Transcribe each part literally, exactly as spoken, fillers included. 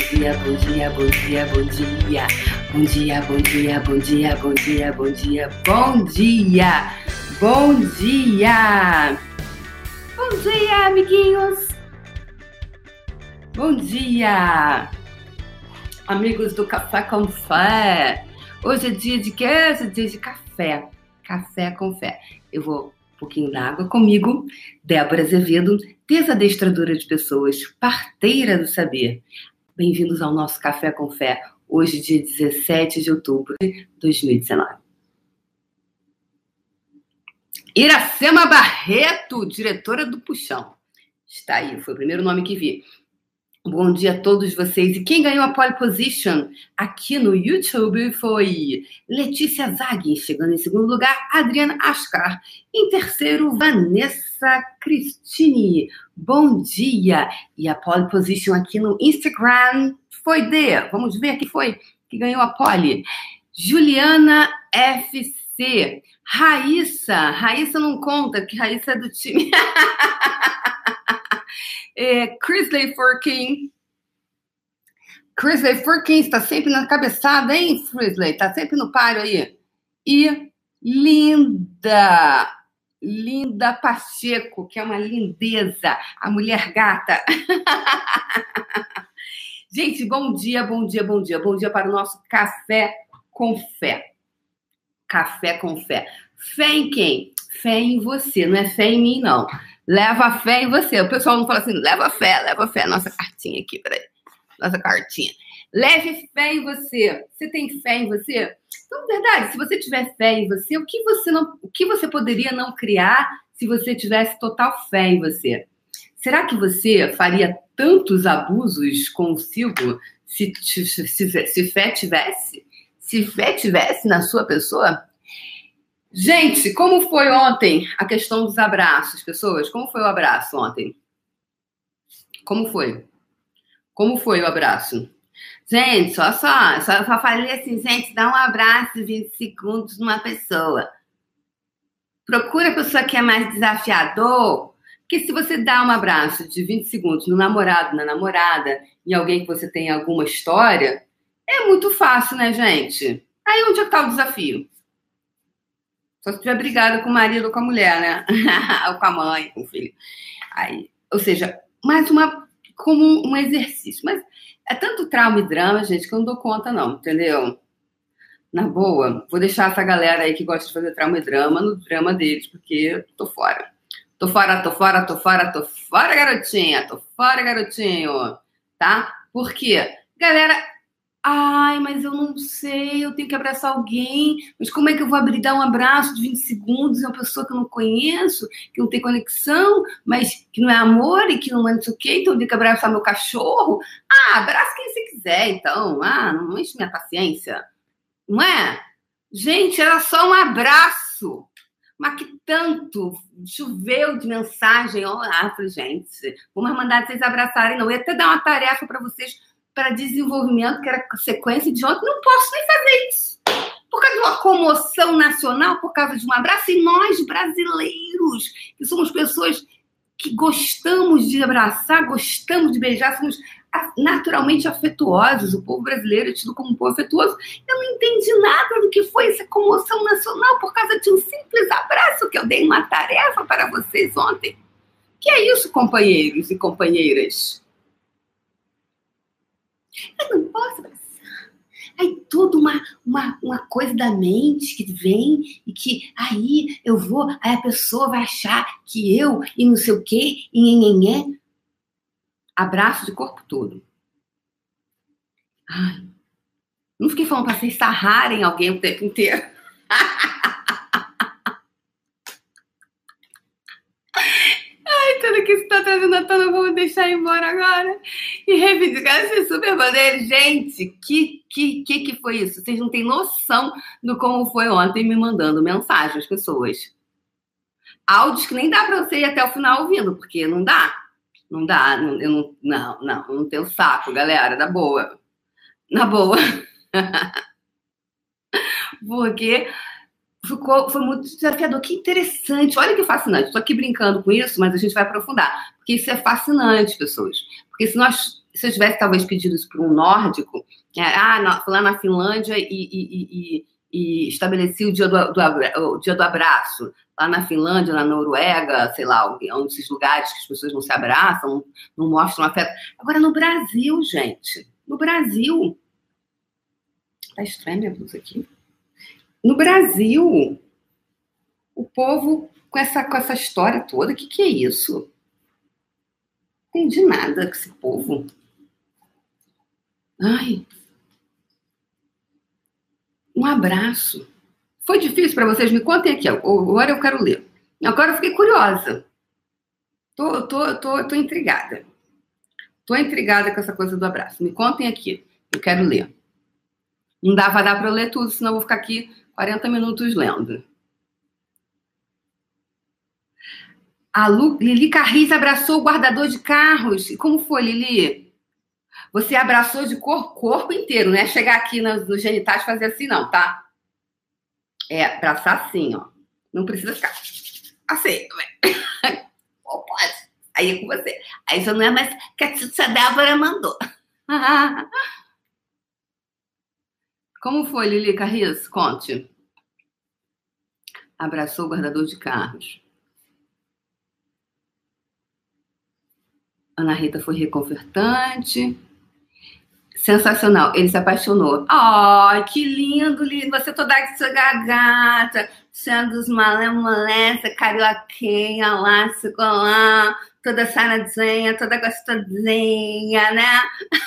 dia, bom dia, bom dia, bom dia. Bom dia, bom dia, bom dia, bom dia, bom dia, bom dia. Bom dia. Bom dia, amiguinhos. Bom dia, amigos do Café com Fé. Hoje é dia de quê? Hoje é dia de café. Café com fé. Eu vou um pouquinho d'água comigo. Débora Azevedo, desadestradora de pessoas, parteira do saber. Bem-vindos ao nosso Café com Fé. Hoje, dia dezessete de outubro de dois mil e dezenove. Iracema Barreto, diretora do Puxão. Está aí, foi o primeiro nome que vi. Bom dia a todos vocês. E quem ganhou a pole position aqui no YouTube foi Letícia Zaghi, chegando em segundo lugar, Adriana Ascar. Em terceiro, Vanessa Cristine. Bom dia. E a pole position aqui no Instagram foi de, vamos ver quem foi que ganhou a pole. Juliana F C. Raíssa. Raíssa não conta, que Raíssa é do time... É, Chrisley Furkin. Chrisley Furkin está sempre na cabeçada, hein, Chrisley? Está sempre no páreo aí. E Linda, Linda Pacheco, que é uma lindeza, a mulher gata. Gente, bom dia, bom dia, bom dia. Bom dia para o nosso Café com Fé. Café com Fé. Fé em quem? Fé em você, não é fé em mim, não. Leva fé em você. O pessoal não fala assim, leva fé, leva fé. Nossa cartinha aqui, peraí. Nossa cartinha. Leve fé em você. Você tem fé em você? Então, verdade, se você tiver fé em você, o que você, não, o que você poderia não criar se você tivesse total fé em você? Será que você faria tantos abusos consigo se, se, se, se fé tivesse? Se fé tivesse na sua pessoa? Gente, como foi ontem a questão dos abraços, pessoas? Como foi o abraço ontem? Como foi? Como foi o abraço? Gente, só só, só, só falei assim, gente, dá um abraço de vinte segundos numa pessoa. Procura a pessoa que é mais desafiador, porque se você dá um abraço de vinte segundos no namorado, na namorada, em alguém que você tem alguma história, é muito fácil, né, gente? Aí onde é que tá o desafio? Só se tiver brigado com o marido ou com a mulher, né? Ou com a mãe, com o filho. Aí, ou seja, mais uma, como um, um exercício. Mas é tanto trauma e drama, gente, que eu não dou conta, não, entendeu? Na boa, vou deixar essa galera aí que gosta de fazer trauma e drama no drama deles, porque eu tô fora. Tô fora, tô fora, tô fora, tô fora, garotinha. Tô fora, garotinho. Tá? Por quê? Galera... Ai, mas eu não sei, eu tenho que abraçar alguém. Mas como é que eu vou abrir, dar um abraço de vinte segundos em uma pessoa que eu não conheço, que não tem conexão, mas que não é amor e que não é não sei o quê, então eu tenho que abraçar meu cachorro? Ah, abraça quem você quiser, então. Ah, não enche minha paciência. Não é? Gente, era só um abraço. Mas que tanto choveu de mensagem. Ah, falei, gente, vou mais mandar vocês abraçarem, não. Eu ia até dar uma tarefa para vocês para desenvolvimento, que era sequência de ontem, não posso nem fazer isso. Por causa de uma comoção nacional, por causa de um abraço, e nós, brasileiros, que somos pessoas que gostamos de abraçar, gostamos de beijar, somos naturalmente afetuosos, o povo brasileiro é tido como um povo afetuoso. Eu não entendi nada do que foi essa comoção nacional por causa de um simples abraço que eu dei uma tarefa para vocês ontem. Que é isso, companheiros e companheiras? Eu não posso abraçar. Aí toda uma, uma, uma coisa da mente que vem e que aí eu vou, aí a pessoa vai achar que eu e não sei o quê, e nhenhenhé. Abraço de corpo todo. Ai, não fiquei falando para vocês sarrarem alguém o tempo inteiro. Tudo que está trazendo à tona, vamos deixar embora agora e reivindicar esse superpoder. Gente, que, que, que que foi isso? Vocês não têm noção do como foi ontem me mandando mensagem as pessoas. Áudios que nem dá para você ir até o final ouvindo, porque não dá. Não dá, não, eu não, não, não, não tenho saco, galera, na boa. Na boa. Porque... Ficou, foi muito desafiador, que interessante, olha que fascinante. Estou aqui brincando com isso, mas a gente vai aprofundar, porque isso é fascinante, pessoas. Porque se nós se eu tivesse talvez pedido isso para um nórdico, é, ah, não, fui lá na Finlândia e, e, e, e estabeleci o dia do, do, o dia do abraço, lá na Finlândia, na Noruega, sei lá, um desses lugares que as pessoas não se abraçam, não mostram afeto. Agora, no Brasil, gente, no Brasil, tá estranha minha blusa aqui. No Brasil, o povo com essa, com essa história toda, o que, que é isso? Não entendi nada com esse povo. Ai. Um abraço. Foi difícil para vocês? Me contem aqui. Agora eu quero ler. Agora eu fiquei curiosa. Tô, tô, tô, tô intrigada. Tô intrigada com essa coisa do abraço. Me contem aqui. Eu quero ler. Não dá, vai dar para eu ler tudo, senão eu vou ficar aqui quarenta minutos lendo. A Lu, Lili Carriz abraçou o guardador de carros. Como foi, Lili? Você abraçou de cor, corpo inteiro, não é chegar aqui nos, nos genitais e fazer assim, não, tá? É abraçar assim, ó. Não precisa ficar assim. Ou pode. Aí é com você. Aí já não é mais que a tia Débora mandou. Como foi, Lili Carriz? Conte. Abraçou o guardador de carros. Ana Rita foi reconfortante. Sensacional. Ele se apaixonou. Ai, que lindo, lindo. Você toda gata, sendo os malemolência, carioquinha lá, lá, toda saradinha, toda gostosinha, né?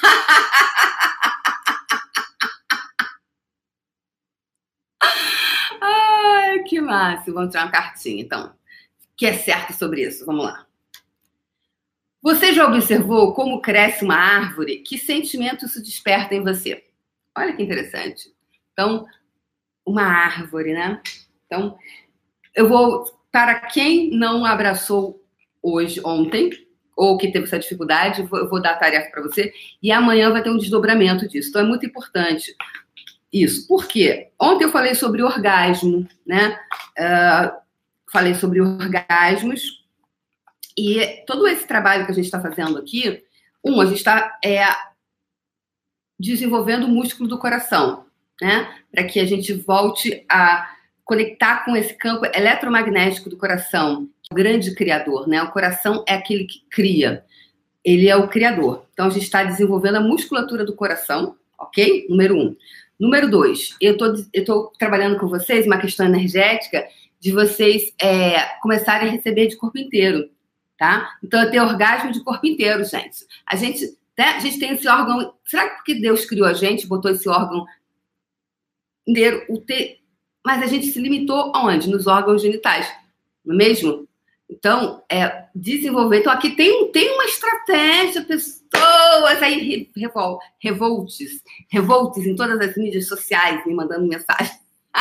Ai, que massa. Vamos tirar uma cartinha, então. O que é certo sobre isso? Vamos lá. Você já observou como cresce uma árvore? Que sentimento isso desperta em você? Olha que interessante. Então, uma árvore, né? Então, eu vou, para quem não abraçou hoje, ontem, ou que teve essa dificuldade, eu vou dar a tarefa para você, e amanhã vai ter um desdobramento disso. Então, é muito importante isso. Por quê? Ontem eu falei sobre orgasmo, né? Uh, falei sobre orgasmos. E todo esse trabalho que a gente está fazendo aqui, um, a gente está é, desenvolvendo o músculo do coração, né? Para que a gente volte a conectar com esse campo eletromagnético do coração, que é o grande criador, né? O coração é aquele que cria, ele é o criador. Então, a gente está desenvolvendo a musculatura do coração, ok? Número um. Número dois, eu tô, estou trabalhando com vocês uma questão energética de vocês é, começarem a receber de corpo inteiro. Tá? Então, eu tenho orgasmo de corpo inteiro, gente. A gente, né, a gente tem esse órgão... Será que porque Deus criou a gente, botou esse órgão inteiro? O te... Mas a gente se limitou aonde? Nos órgãos genitais, não é mesmo? Então, é, desenvolver... Então, aqui tem, tem uma estratégia, pessoas aí revol, revoltes, revoltes em todas as mídias sociais, me mandando mensagem.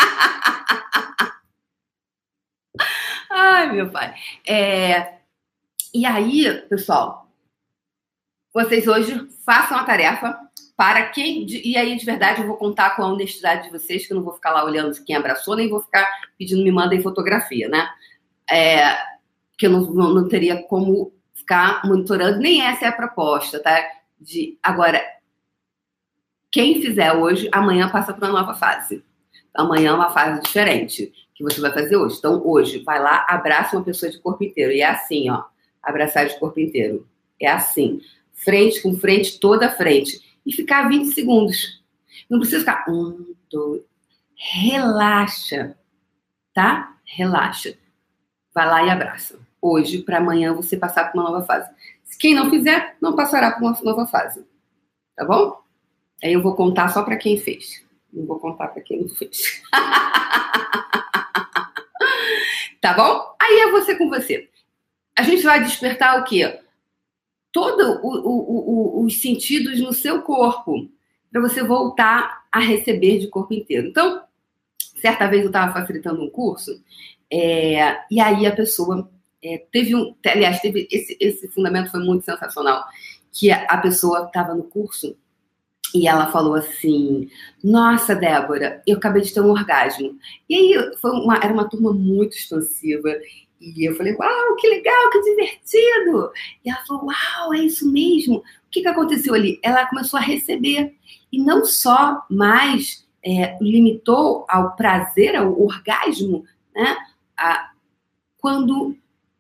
Ai, meu pai. É... E aí, pessoal, vocês hoje façam a tarefa para quem... E aí, de verdade, eu vou contar com a honestidade de vocês, que eu não vou ficar lá olhando quem abraçou, nem vou ficar pedindo me mandem fotografia, né? É, que eu não, não, não teria como ficar monitorando, nem essa é a proposta, tá? De, agora, quem fizer hoje, amanhã passa para uma nova fase. Amanhã é uma fase diferente que você vai fazer hoje. Então, hoje, vai lá, abraça uma pessoa de corpo inteiro. E é assim, ó. Abraçar de corpo inteiro. É assim. Frente com frente, toda a frente. E ficar vinte segundos. Não precisa ficar um, dois. Relaxa. Tá? Relaxa. Vai lá e abraça. Hoje, para amanhã, você passar por uma nova fase. Quem não fizer, não passará por uma nova fase. Tá bom? Aí eu vou contar só para quem fez. Não vou contar para quem não fez. Tá bom? Aí é você com você. A gente vai despertar o quê? Todos os sentidos no seu corpo, para você voltar a receber de corpo inteiro. Então, certa vez eu estava facilitando um curso, é, e aí a pessoa é, teve um... Aliás, teve esse, esse fundamento foi muito sensacional, que a, a pessoa estava no curso e ela falou assim, nossa, Débora, eu acabei de ter um orgasmo. E aí foi uma, era uma turma muito expansiva. E eu falei, uau, que legal, que divertido. E ela falou, uau, é isso mesmo. o que, que aconteceu ali? Ela começou a receber. E não só mais é, limitou ao prazer, ao orgasmo, né? A, quando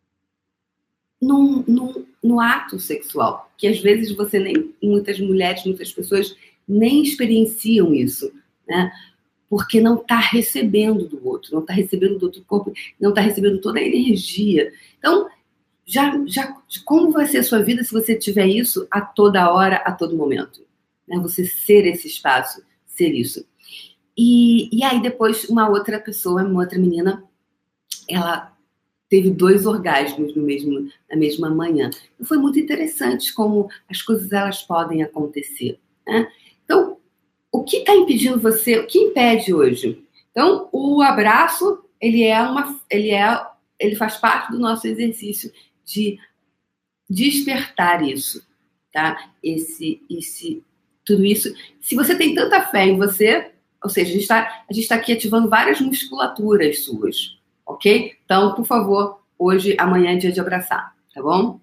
num, num, no ato sexual, que às vezes você nem, muitas mulheres, muitas pessoas nem experienciam isso, né? Porque não está recebendo do outro, não está recebendo do outro corpo, não está recebendo toda a energia. Então, já, já, como vai ser a sua vida se você tiver isso a toda hora, a todo momento? Né? Você ser esse espaço, ser isso. E, e aí depois uma outra pessoa, uma outra menina, ela teve dois orgasmos no mesmo, na mesma manhã. E foi muito interessante como as coisas elas podem acontecer. Né? Então, o que está impedindo você? O que impede hoje? Então, o abraço, ele é uma, ele é, ele faz parte do nosso exercício de despertar isso, tá? Esse, esse, tudo isso. Se você tem tanta fé em você, ou seja, a gente está, a gente está aqui ativando várias musculaturas suas, ok? Então, por favor, hoje, amanhã é dia de abraçar, tá bom?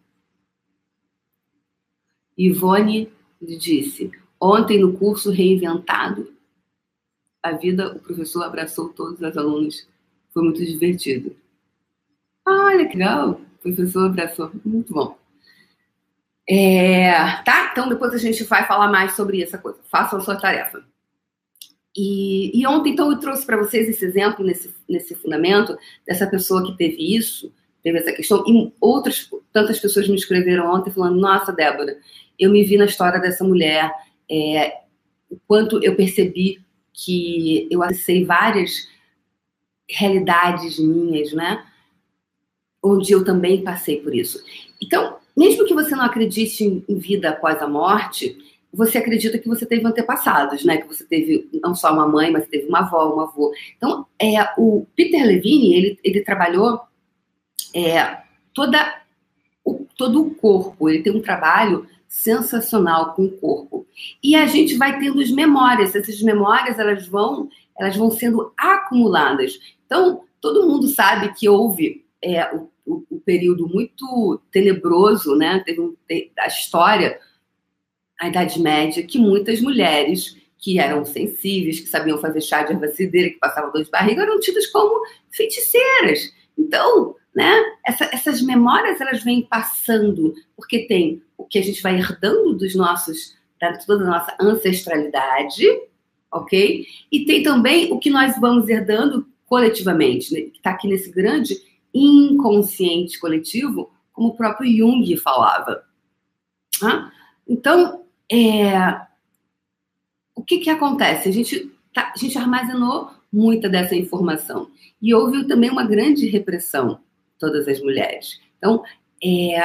Ivone disse, ontem no curso Reinventado, a vida, o professor abraçou todos os alunos. Foi muito divertido. Olha, que legal. O professor abraçou. Muito bom. É, tá? Então, depois a gente vai falar mais sobre essa coisa. Façam a sua tarefa. E, e ontem, então, eu trouxe para vocês esse exemplo, nesse, nesse fundamento, dessa pessoa que teve isso, teve essa questão. E outras, tantas pessoas me escreveram ontem falando, nossa, Débora, eu me vi na história dessa mulher, é, o quanto eu percebi que eu acessei várias realidades minhas, né? Onde eu também passei por isso. Então, mesmo que você não acredite em vida após a morte, você acredita que você teve antepassados, né? Que você teve não só uma mãe, mas teve uma avó, um avô. Então, é, o Peter Levine, ele, ele trabalhou é, toda, o, todo o corpo. Ele tem um trabalho sensacional com o corpo. E a gente vai tendo as memórias. Essas memórias, elas vão, elas vão sendo acumuladas. Então, todo mundo sabe que houve é, o, o, o período muito tenebroso, né? Teve um, a história, a Idade Média, que muitas mulheres que eram sensíveis, que sabiam fazer chá de erva cidreira, que passavam dor de barriga, eram tidas como feiticeiras. Então, né, essa, essas memórias, elas vêm passando, porque tem o que a gente vai herdando dos nossos, da toda a nossa ancestralidade, ok? E tem também o que nós vamos herdando coletivamente, né, que está aqui nesse grande inconsciente coletivo, como o próprio Jung falava. Ah? Então, é, o que que acontece? A gente, tá, a gente armazenou muita dessa informação. E houve também uma grande repressão, todas as mulheres. Então, é,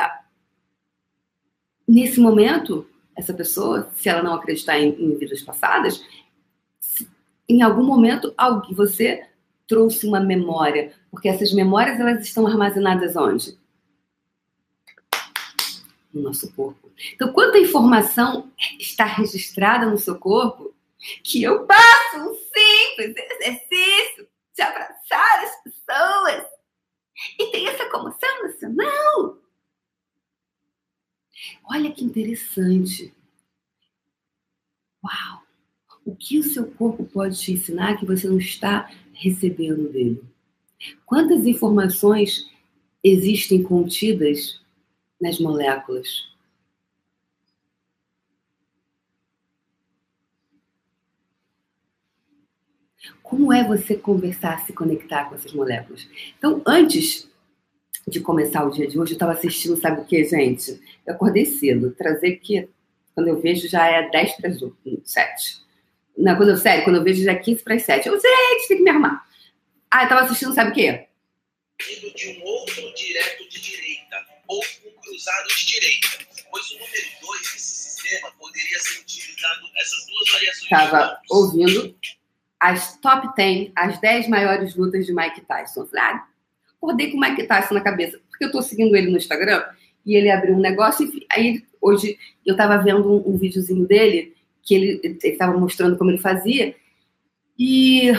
nesse momento, essa pessoa, se ela não acreditar em, em vidas passadas, em algum momento, alguém, você trouxe uma memória. Porque essas memórias, elas estão armazenadas onde? No nosso corpo. Então, quanta informação está registrada no seu corpo que eu faço um simples exercício de abraçar as pessoas e tem essa comoção nacional. Olha que interessante. Uau! O que o seu corpo pode te ensinar que você não está recebendo dele? Quantas informações existem contidas nas moléculas? Como é você conversar, se conectar com essas moléculas? Então, antes de começar o dia de hoje, eu estava assistindo, sabe o que, gente? Eu acordei cedo, trazer que quando eu vejo já é dez para as sete. Não, quando eu, sério, quando eu vejo já é quinze para as sete. Eu, gente, tem que me arrumar. Ah, eu estava assistindo, sabe o quê? De um outro direto de direita, ou um cruzado de direita. Pois o número dois desse sistema poderia ser utilizado essas duas variações. Estava ouvindo as top dez, as dez maiores lutas de Mike Tyson. Falei, ah, acordei com o Mike Tyson na cabeça, porque eu tô seguindo ele no Instagram, e ele abriu um negócio, e aí hoje eu tava vendo um, um videozinho dele, que ele, ele tava mostrando como ele fazia, e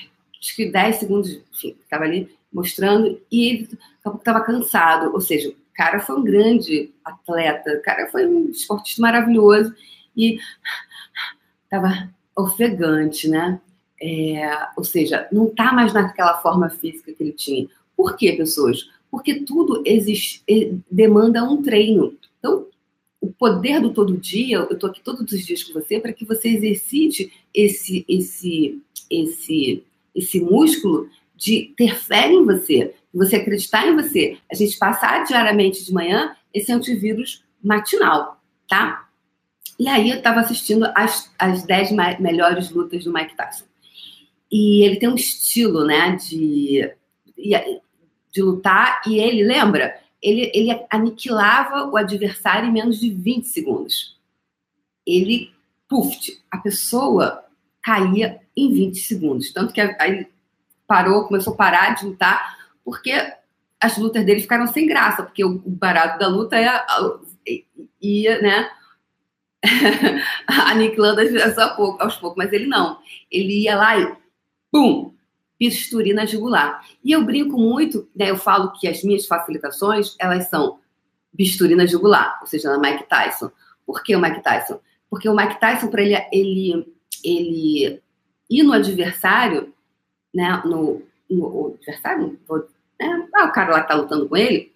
acho que dez segundos, enfim, tava ali mostrando, e ele tava cansado, ou seja, O cara foi um grande atleta, o cara foi um esportista maravilhoso e estava ofegante, né? É, ou seja, não está mais naquela forma física que ele tinha. Por quê, pessoas? Porque tudo existe, demanda um treino. Então, o poder do todo dia, eu estou aqui todos os dias com você para que você exercite esse, esse, esse, esse músculo de ter fé em você, de você acreditar em você. A gente passar diariamente de manhã esse antivírus matinal, tá? E aí eu estava assistindo as, as dez melhores lutas do Mike Tyson. E ele tem um estilo, né, de, de lutar, e ele, lembra, ele, ele aniquilava o adversário em menos de vinte segundos. Ele, puf, a pessoa caía em vinte segundos. Tanto que aí parou, começou a parar de lutar, porque as lutas dele ficaram sem graça, porque o barato da luta ia, ia né, aniquilando as pessoas aos poucos, mas ele não. Ele ia lá e pum, bisturi na jugular. E eu brinco muito, né, eu falo que as minhas facilitações, elas são bisturi na jugular, ou seja, na Mike Tyson. Por que o Mike Tyson? Porque o Mike Tyson, para ele, ele, ele ir no adversário, né, no, no adversário, né, ah, o cara lá que tá lutando com ele,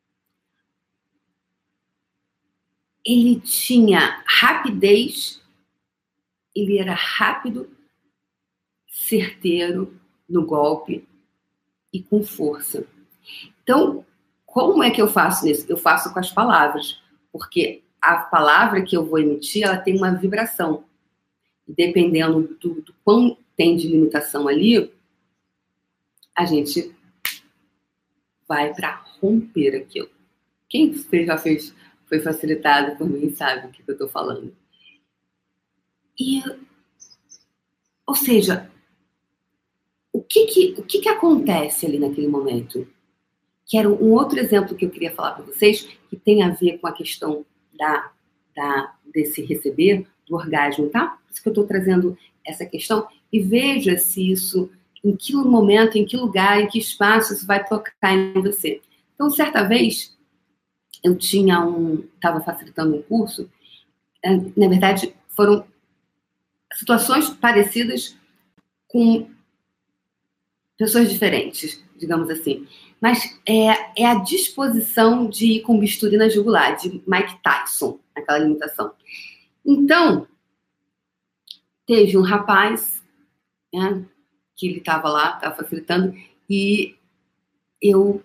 ele tinha rapidez, ele era rápido, certeiro no golpe e com força. Então, como é que eu faço isso? Eu faço com as palavras, porque a palavra que eu vou emitir, ela tem uma vibração. E dependendo do, do quão tem de limitação ali, a gente vai para romper aquilo. Quem já fez, foi facilitado por mim sabe o que eu estou falando. E, ou seja, o que que, o que que acontece ali naquele momento? Que era um outro exemplo que eu queria falar para vocês, que tem a ver com a questão da, da, desse receber, do orgasmo, tá? Por isso que eu estou trazendo essa questão. E veja se isso, em que momento, em que lugar, em que espaço isso vai tocar em você. Então, certa vez, eu tinha um... Estava facilitando um curso. Na verdade, foram situações parecidas com pessoas diferentes, digamos assim. Mas é, é a disposição de ir com bisturi na jugular, de Mike Tyson, aquela limitação. Então, teve um rapaz, né, que ele estava lá, estava facilitando, e eu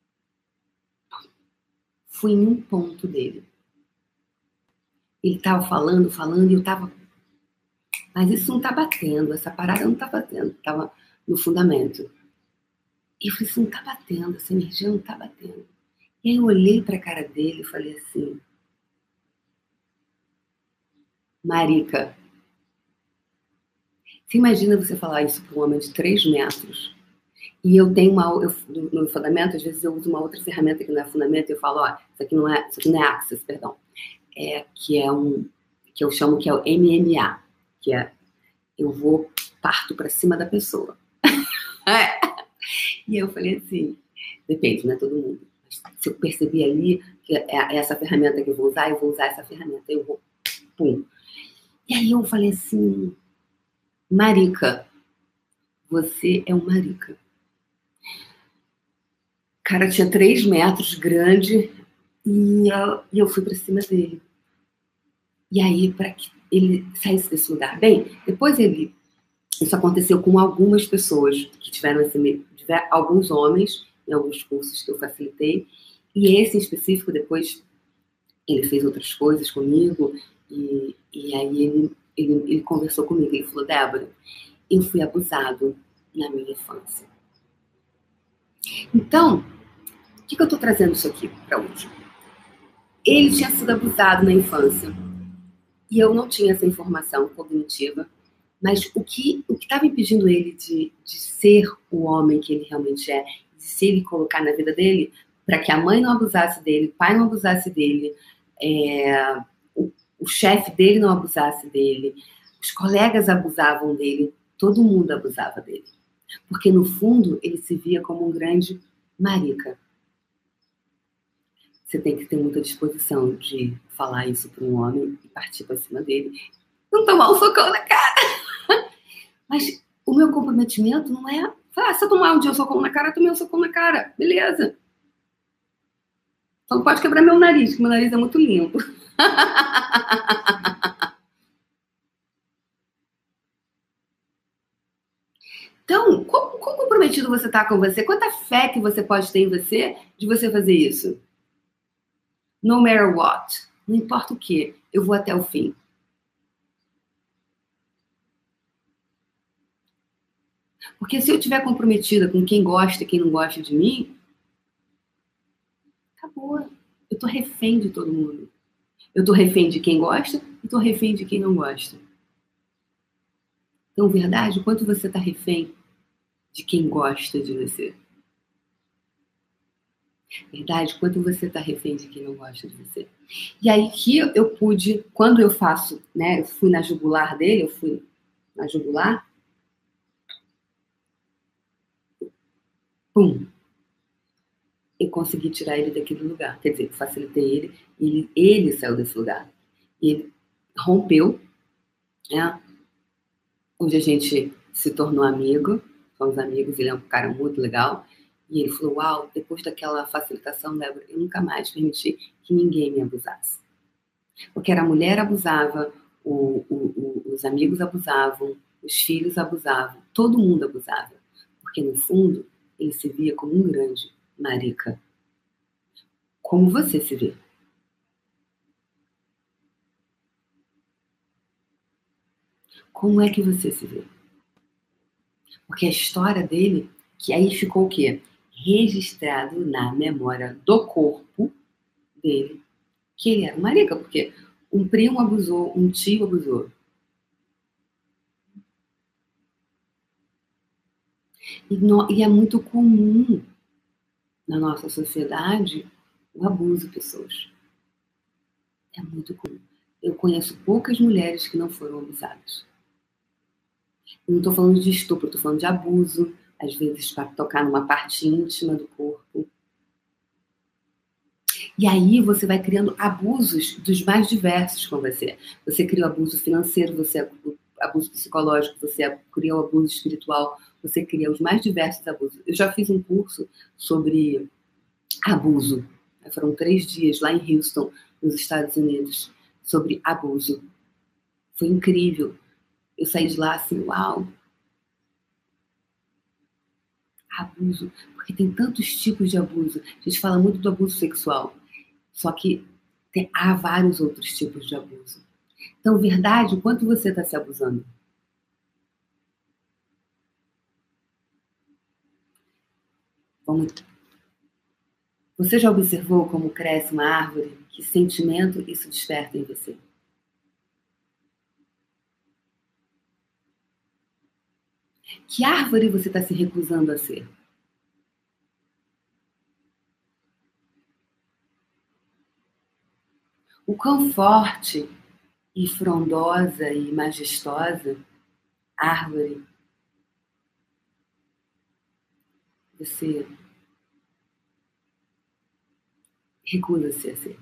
fui em um ponto dele. Ele estava falando, falando, e eu estava... Mas isso não está batendo, essa parada não está batendo, estava no fundamento. E eu falei, isso não tá batendo, essa energia não tá batendo. E aí eu olhei pra cara dele e falei assim, Marica, você imagina você falar isso pra um homem de três metros? E eu tenho uma, eu, no fundamento, às vezes eu uso uma outra ferramenta que não é fundamento, e eu falo, ó, isso aqui não é, isso aqui não é Access, perdão. É, que é um, que eu chamo que é o M M A, que é, eu vou, parto pra cima da pessoa. É. E eu falei assim, depende, não é todo mundo. Mas se eu perceber ali que é essa ferramenta que eu vou usar, eu vou usar essa ferramenta. Eu vou, pum. E aí eu falei assim, Marica, você é um marica. O cara tinha três metros, grande, e eu, e eu fui pra cima dele. E aí, para que ele saísse desse lugar bem, depois ele... Isso aconteceu com algumas pessoas que tiveram esse medo. Alguns homens, em alguns cursos que eu facilitei, e esse em específico, depois, ele fez outras coisas comigo, e, e aí ele, ele, ele conversou comigo, ele falou, Débora, eu fui abusado na minha infância. Então, o que, que eu estou trazendo isso aqui para hoje? Ele tinha sido abusado na infância, e eu não tinha essa informação cognitiva, mas o que o que estava impedindo ele de, de ser o homem que ele realmente é, de se ele colocar na vida dele, para que a mãe não abusasse dele, o pai não abusasse dele, é, o, o chefe dele não abusasse dele, os colegas abusavam dele, todo mundo abusava dele. Porque, no fundo, ele se via como um grande marica. Você tem que ter muita disposição de falar isso para um homem e partir para cima dele. Não tomar um socão na cara. Mas o meu comprometimento não é... Ah, se eu tomar um dia um socão na cara, eu tomei um socão na cara. Beleza. Só não pode quebrar meu nariz, porque meu nariz é muito limpo. Então, quão, quão comprometido você está com você? Quanta fé que você pode ter em você de você fazer isso? No matter what. Não importa o que, eu vou até o fim. Porque se eu estiver comprometida com quem gosta e quem não gosta de mim, acabou. Eu tô refém de todo mundo. Eu tô refém de quem gosta e tô refém de quem não gosta. Então, verdade, o quanto você tá refém de quem gosta de você? Verdade, o quanto você tá refém de quem não gosta de você? E aí que eu pude, quando eu faço, né, eu fui na jugular dele, eu fui na jugular, pum, eu consegui tirar ele daquele lugar. Quer dizer, facilitei ele e ele, ele saiu desse lugar. E ele rompeu, né? Onde a gente se tornou amigo, somos amigos, ele é um cara muito legal. E ele falou, uau, depois daquela facilitação, Débora, eu nunca mais permiti que ninguém me abusasse. Porque era a mulher abusava, o, o, o, os amigos abusavam, os filhos abusavam, todo mundo abusava. Porque, no fundo, ele se via como um grande marica. Como você se vê? Como é que você se vê? Porque a história dele, que aí ficou o quê? Registrado na memória do corpo dele, que ele era um marica, porque um primo abusou, um tio abusou. E, no, e é muito comum na nossa sociedade o abuso de pessoas. É muito comum. Eu conheço poucas mulheres que não foram abusadas. Eu não estou falando de estupro, estou falando de abuso, às vezes para tocar numa parte íntima do corpo. E aí você vai criando abusos dos mais diversos com você. Você cria o abuso financeiro, você o abuso psicológico, você cria o abuso espiritual, você cria os mais diversos abusos. Eu já fiz um curso sobre abuso. Foram três dias lá em Houston, nos Estados Unidos, sobre abuso. Foi incrível. Eu saí de lá assim, uau. Abuso. Porque tem tantos tipos de abuso. A gente fala muito do abuso sexual. Só que tem, há vários outros tipos de abuso. Então, verdade, o quanto você está se abusando? Vamos... Você já observou como cresce uma árvore? Que sentimento isso desperta em você? Que árvore você está se recusando a ser? O quão forte e frondosa e majestosa árvore você recusa-se a ser.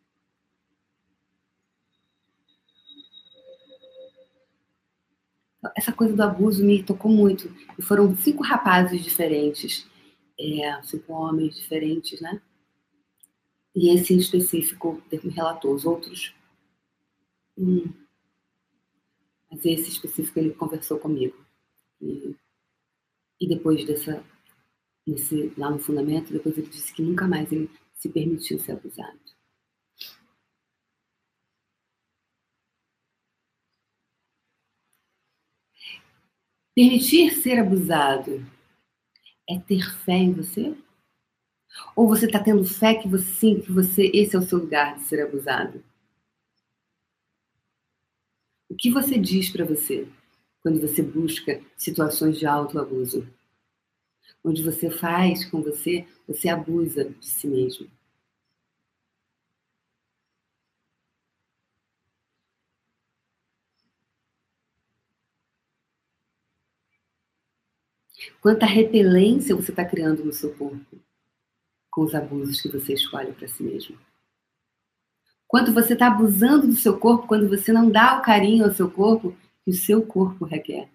Essa coisa do abuso me tocou muito. E foram cinco rapazes diferentes, é, cinco homens diferentes, né? E esse em específico me relatou. Os outros, hum, mas esse específico ele conversou comigo. E, e depois dessa, nesse, lá no fundamento, depois ele disse que nunca mais ele se permitiu ser abusado. Permitir ser abusado é ter fé em você? Ou você está tendo fé que você, sim, que você, esse é o seu lugar de ser abusado? O que você diz para você quando você busca situações de autoabuso? Onde você faz com você, você abusa de si mesmo. Quanta repelência você está criando no seu corpo com os abusos que você escolhe para si mesmo. Quanto você está abusando do seu corpo quando você não dá o carinho ao seu corpo que o seu corpo requer.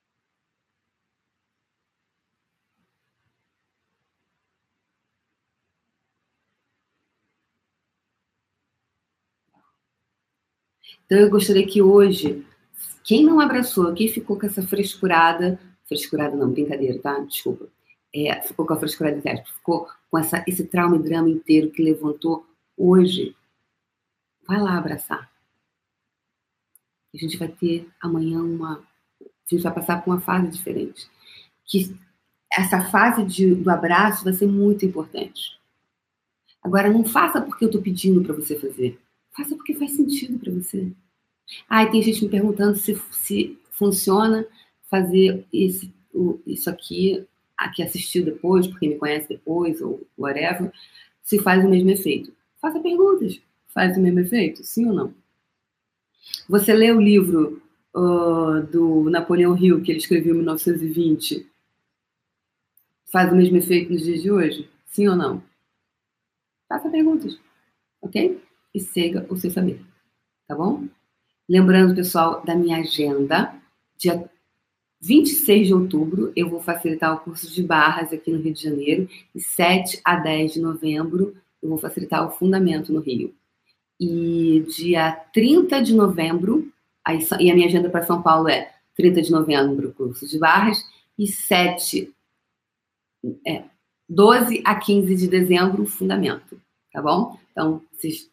Então eu gostaria que hoje, quem não abraçou, quem ficou com essa frescurada, frescurada não, brincadeira, tá? Desculpa. É, ficou com a frescurada interna, ficou com essa, esse trauma e drama inteiro que levantou hoje, vai lá abraçar. A gente vai ter amanhã uma... A gente vai passar por uma fase diferente. Que essa fase de, do abraço vai ser muito importante. Agora, não faça porque eu tô pedindo para você fazer. Faça porque faz sentido para você. Ah, e tem gente me perguntando se, se funciona fazer esse, o, isso aqui, aqui assistir depois, porque me conhece depois, ou whatever, se faz o mesmo efeito. Faça perguntas. Faz o mesmo efeito? Sim ou não? Você lê o livro uh, do Napoleão Hill, que ele escreveu em mil novecentos e vinte, faz o mesmo efeito nos dias de hoje? Sim ou não? Faça perguntas, ok? E siga o seu saber, tá bom? Lembrando, pessoal, da minha agenda, dia vinte e seis de outubro, eu vou facilitar o curso de barras aqui no Rio de Janeiro, e sete a dez de novembro, eu vou facilitar o fundamento no Rio. E dia trinta de novembro, aí, e a minha agenda para São Paulo é trinta de novembro, curso de barras, e sete, é, doze a quinze de dezembro, fundamento, tá bom? Então, vocês...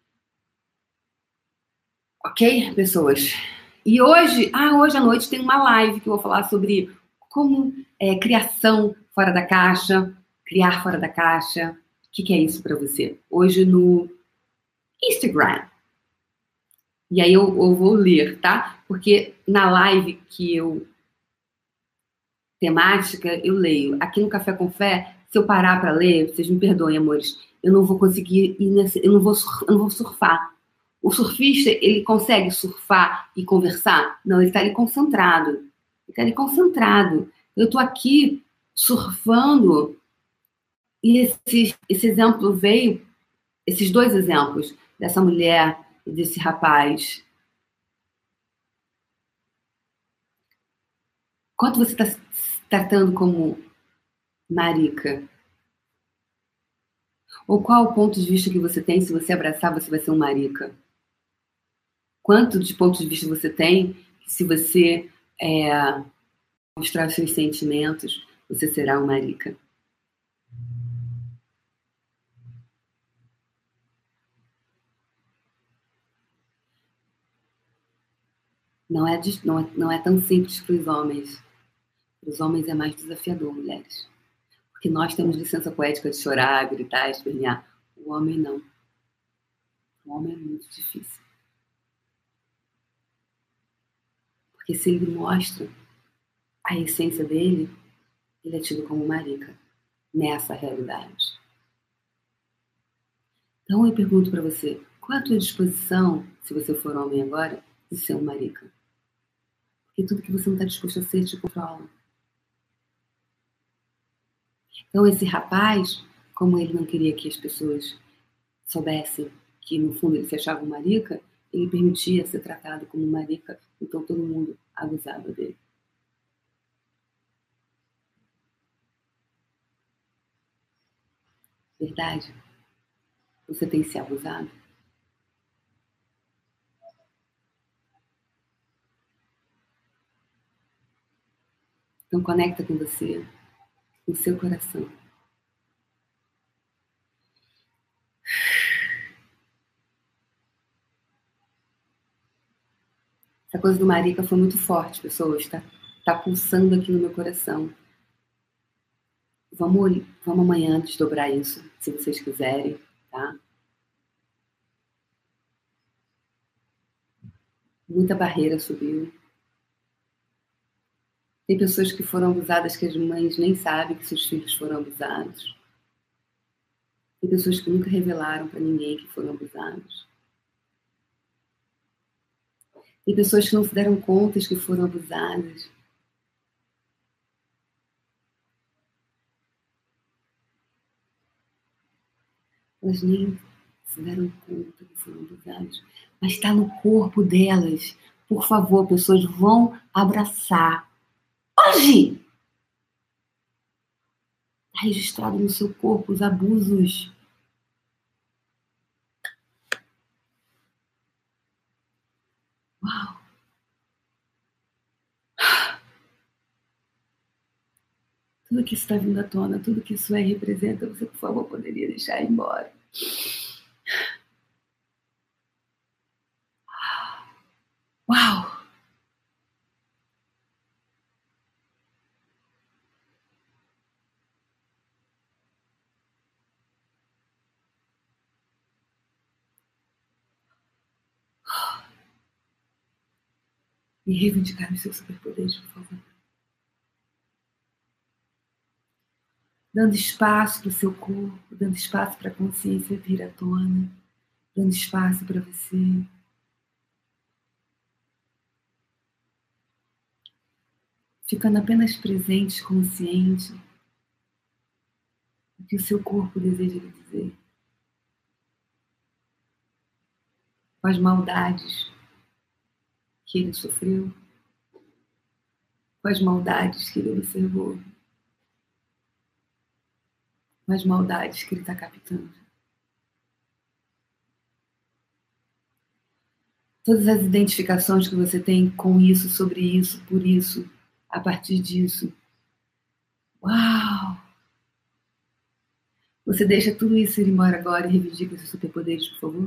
Ok, pessoas? E hoje, ah, hoje à noite tem uma live que eu vou falar sobre como é, criação fora da caixa, criar fora da caixa. O que, que é isso para você? Hoje no Instagram. E aí eu, eu vou ler, tá? Porque na live que eu... temática, eu leio. Aqui no Café com Fé, se eu parar para ler, vocês me perdoem, amores, eu não vou conseguir ir nesse... Eu não vou, eu não vou surfar. O surfista, ele consegue surfar e conversar? Não, ele está ali concentrado. Ele está ali concentrado. Eu estou aqui surfando e esse, esse exemplo veio, esses dois exemplos, dessa mulher e desse rapaz. Quanto você está tratando como marica? Ou qual o ponto de vista que você tem? Se você abraçar, você vai ser um marica. Quanto de pontos de vista você tem que se você é, mostrar os seus sentimentos, você será um marica? Não é, não é, não é tão simples para os homens. Para os homens é mais desafiador, mulheres. Porque nós temos licença poética de chorar, gritar, espernear. O homem não. O homem é muito difícil. Porque se ele mostra a essência dele, ele é tido como marica nessa realidade. Então eu pergunto para você, qual é a tua disposição, se você for homem agora, de ser um marica? Porque tudo que você não está disposto a ser te controla. Então esse rapaz, como ele não queria que as pessoas soubessem que no fundo ele se achava um marica, ele permitia ser tratado como marica, então todo mundo abusava dele. Verdade? Você tem se abusado? Então conecta com você, com o seu coração. Essa coisa do marica foi muito forte, pessoas. Tá, tá pulsando aqui no meu coração. Vamos, vamos amanhã desdobrar isso, se vocês quiserem, tá? Muita barreira subiu. Tem pessoas que foram abusadas que as mães nem sabem que seus filhos foram abusados. Tem pessoas que nunca revelaram para ninguém que foram abusados. Tem pessoas que não se deram conta de que foram abusadas. Elas nem se deram conta que foram abusadas. Mas está no corpo delas. Por favor, pessoas, vão abraçar. Hoje! Está registrado no seu corpo os abusos. Uau! Tudo que isso está vindo à tona, tudo que isso é representa, você, por favor, poderia deixar ir embora. Uau! E reivindicar os seus superpoderes, por favor. Dando espaço para o seu corpo, dando espaço para a consciência vir à tona, dando espaço para você. Ficando apenas presente, consciente do que o seu corpo deseja lhe dizer. Com as maldades que ele sofreu, com as maldades que ele observou, com as maldades que ele está captando. Todas as identificações que você tem com isso, sobre isso, por isso, a partir disso. Uau! Você deixa tudo isso ir embora agora e reivindica seus superpoderes, por favor?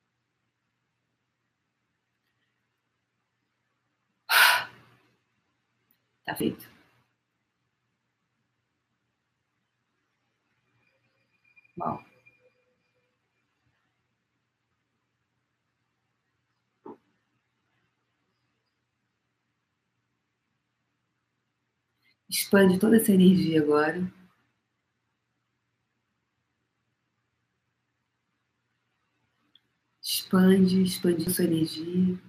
Tá feito. Uau. Expande toda essa energia agora. Expande, expande sua energia.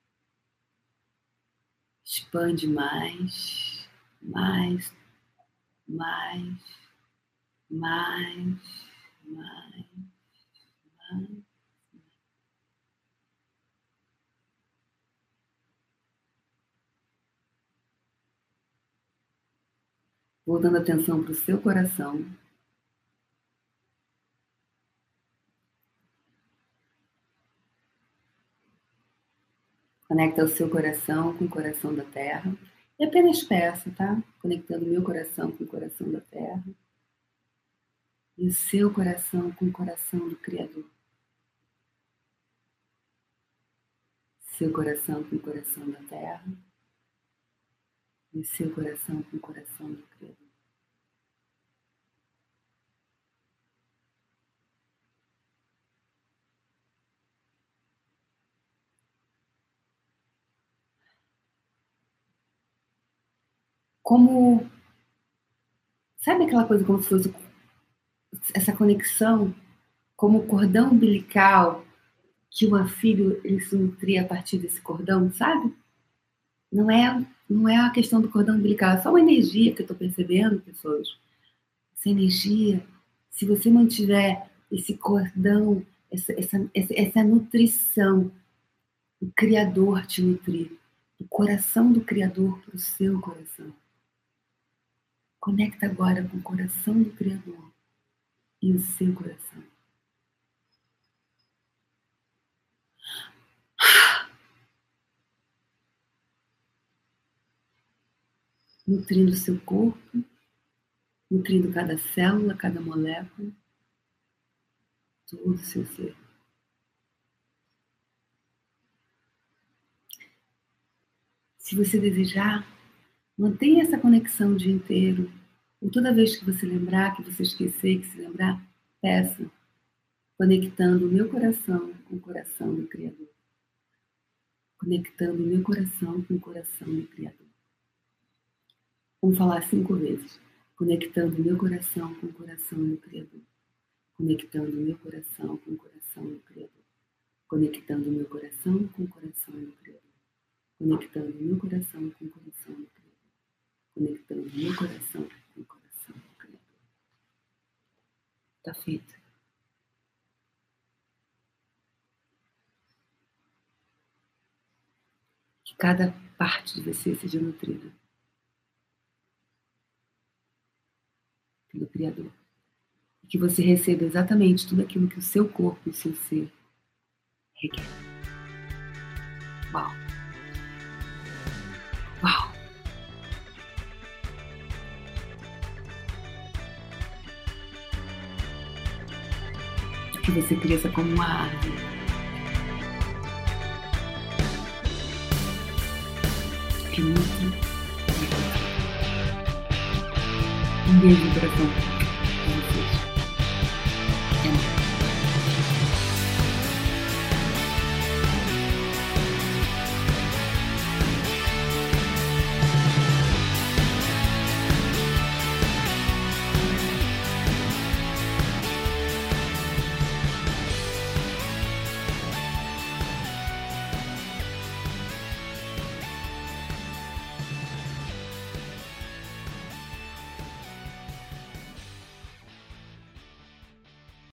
Expande mais, mais, mais, mais, mais, mais. Voltando a atenção para o seu coração. Conecta o seu coração com o coração da Terra. E apenas peça, tá? Conectando o meu coração com o coração da Terra. E o seu coração com o coração do Criador. Seu coração com o coração da Terra. E o seu coração com o coração do Criador. Como, sabe aquela coisa como se fosse essa conexão, como o cordão umbilical, que o filho ele se nutria a partir desse cordão, sabe? Não é, não é a questão do cordão umbilical, é só uma energia que eu estou percebendo, pessoas. Essa energia, se você mantiver esse cordão, essa, essa, essa, essa nutrição, o Criador te nutrir, do coração do Criador para o seu coração. Conecta agora com o coração do Criador e o seu coração. Nutrindo o seu corpo, nutrindo cada célula, cada molécula, todo o seu ser. Se você desejar, mantenha essa conexão o dia inteiro. E toda vez que você lembrar, que você esquecer, que se lembrar, peça, conectando o meu coração com o coração do Criador. Conectando o meu coração com o coração do Criador. Vamos falar cinco vezes. Conectando o meu coração com o coração do Criador. Conectando o meu coração com o coração do Criador. Conectando o meu coração com o coração do Criador. Conectando o meu coração com o coração do Criador. Conectando o meu coração com o coração do Criador. Tá feito. Que cada parte de você seja nutrida pelo Criador. E que você receba exatamente tudo aquilo que o seu corpo e o seu ser requer. Uau! Uau! Que você cresça como uma árvore. Que nutre. Um beijo no coração.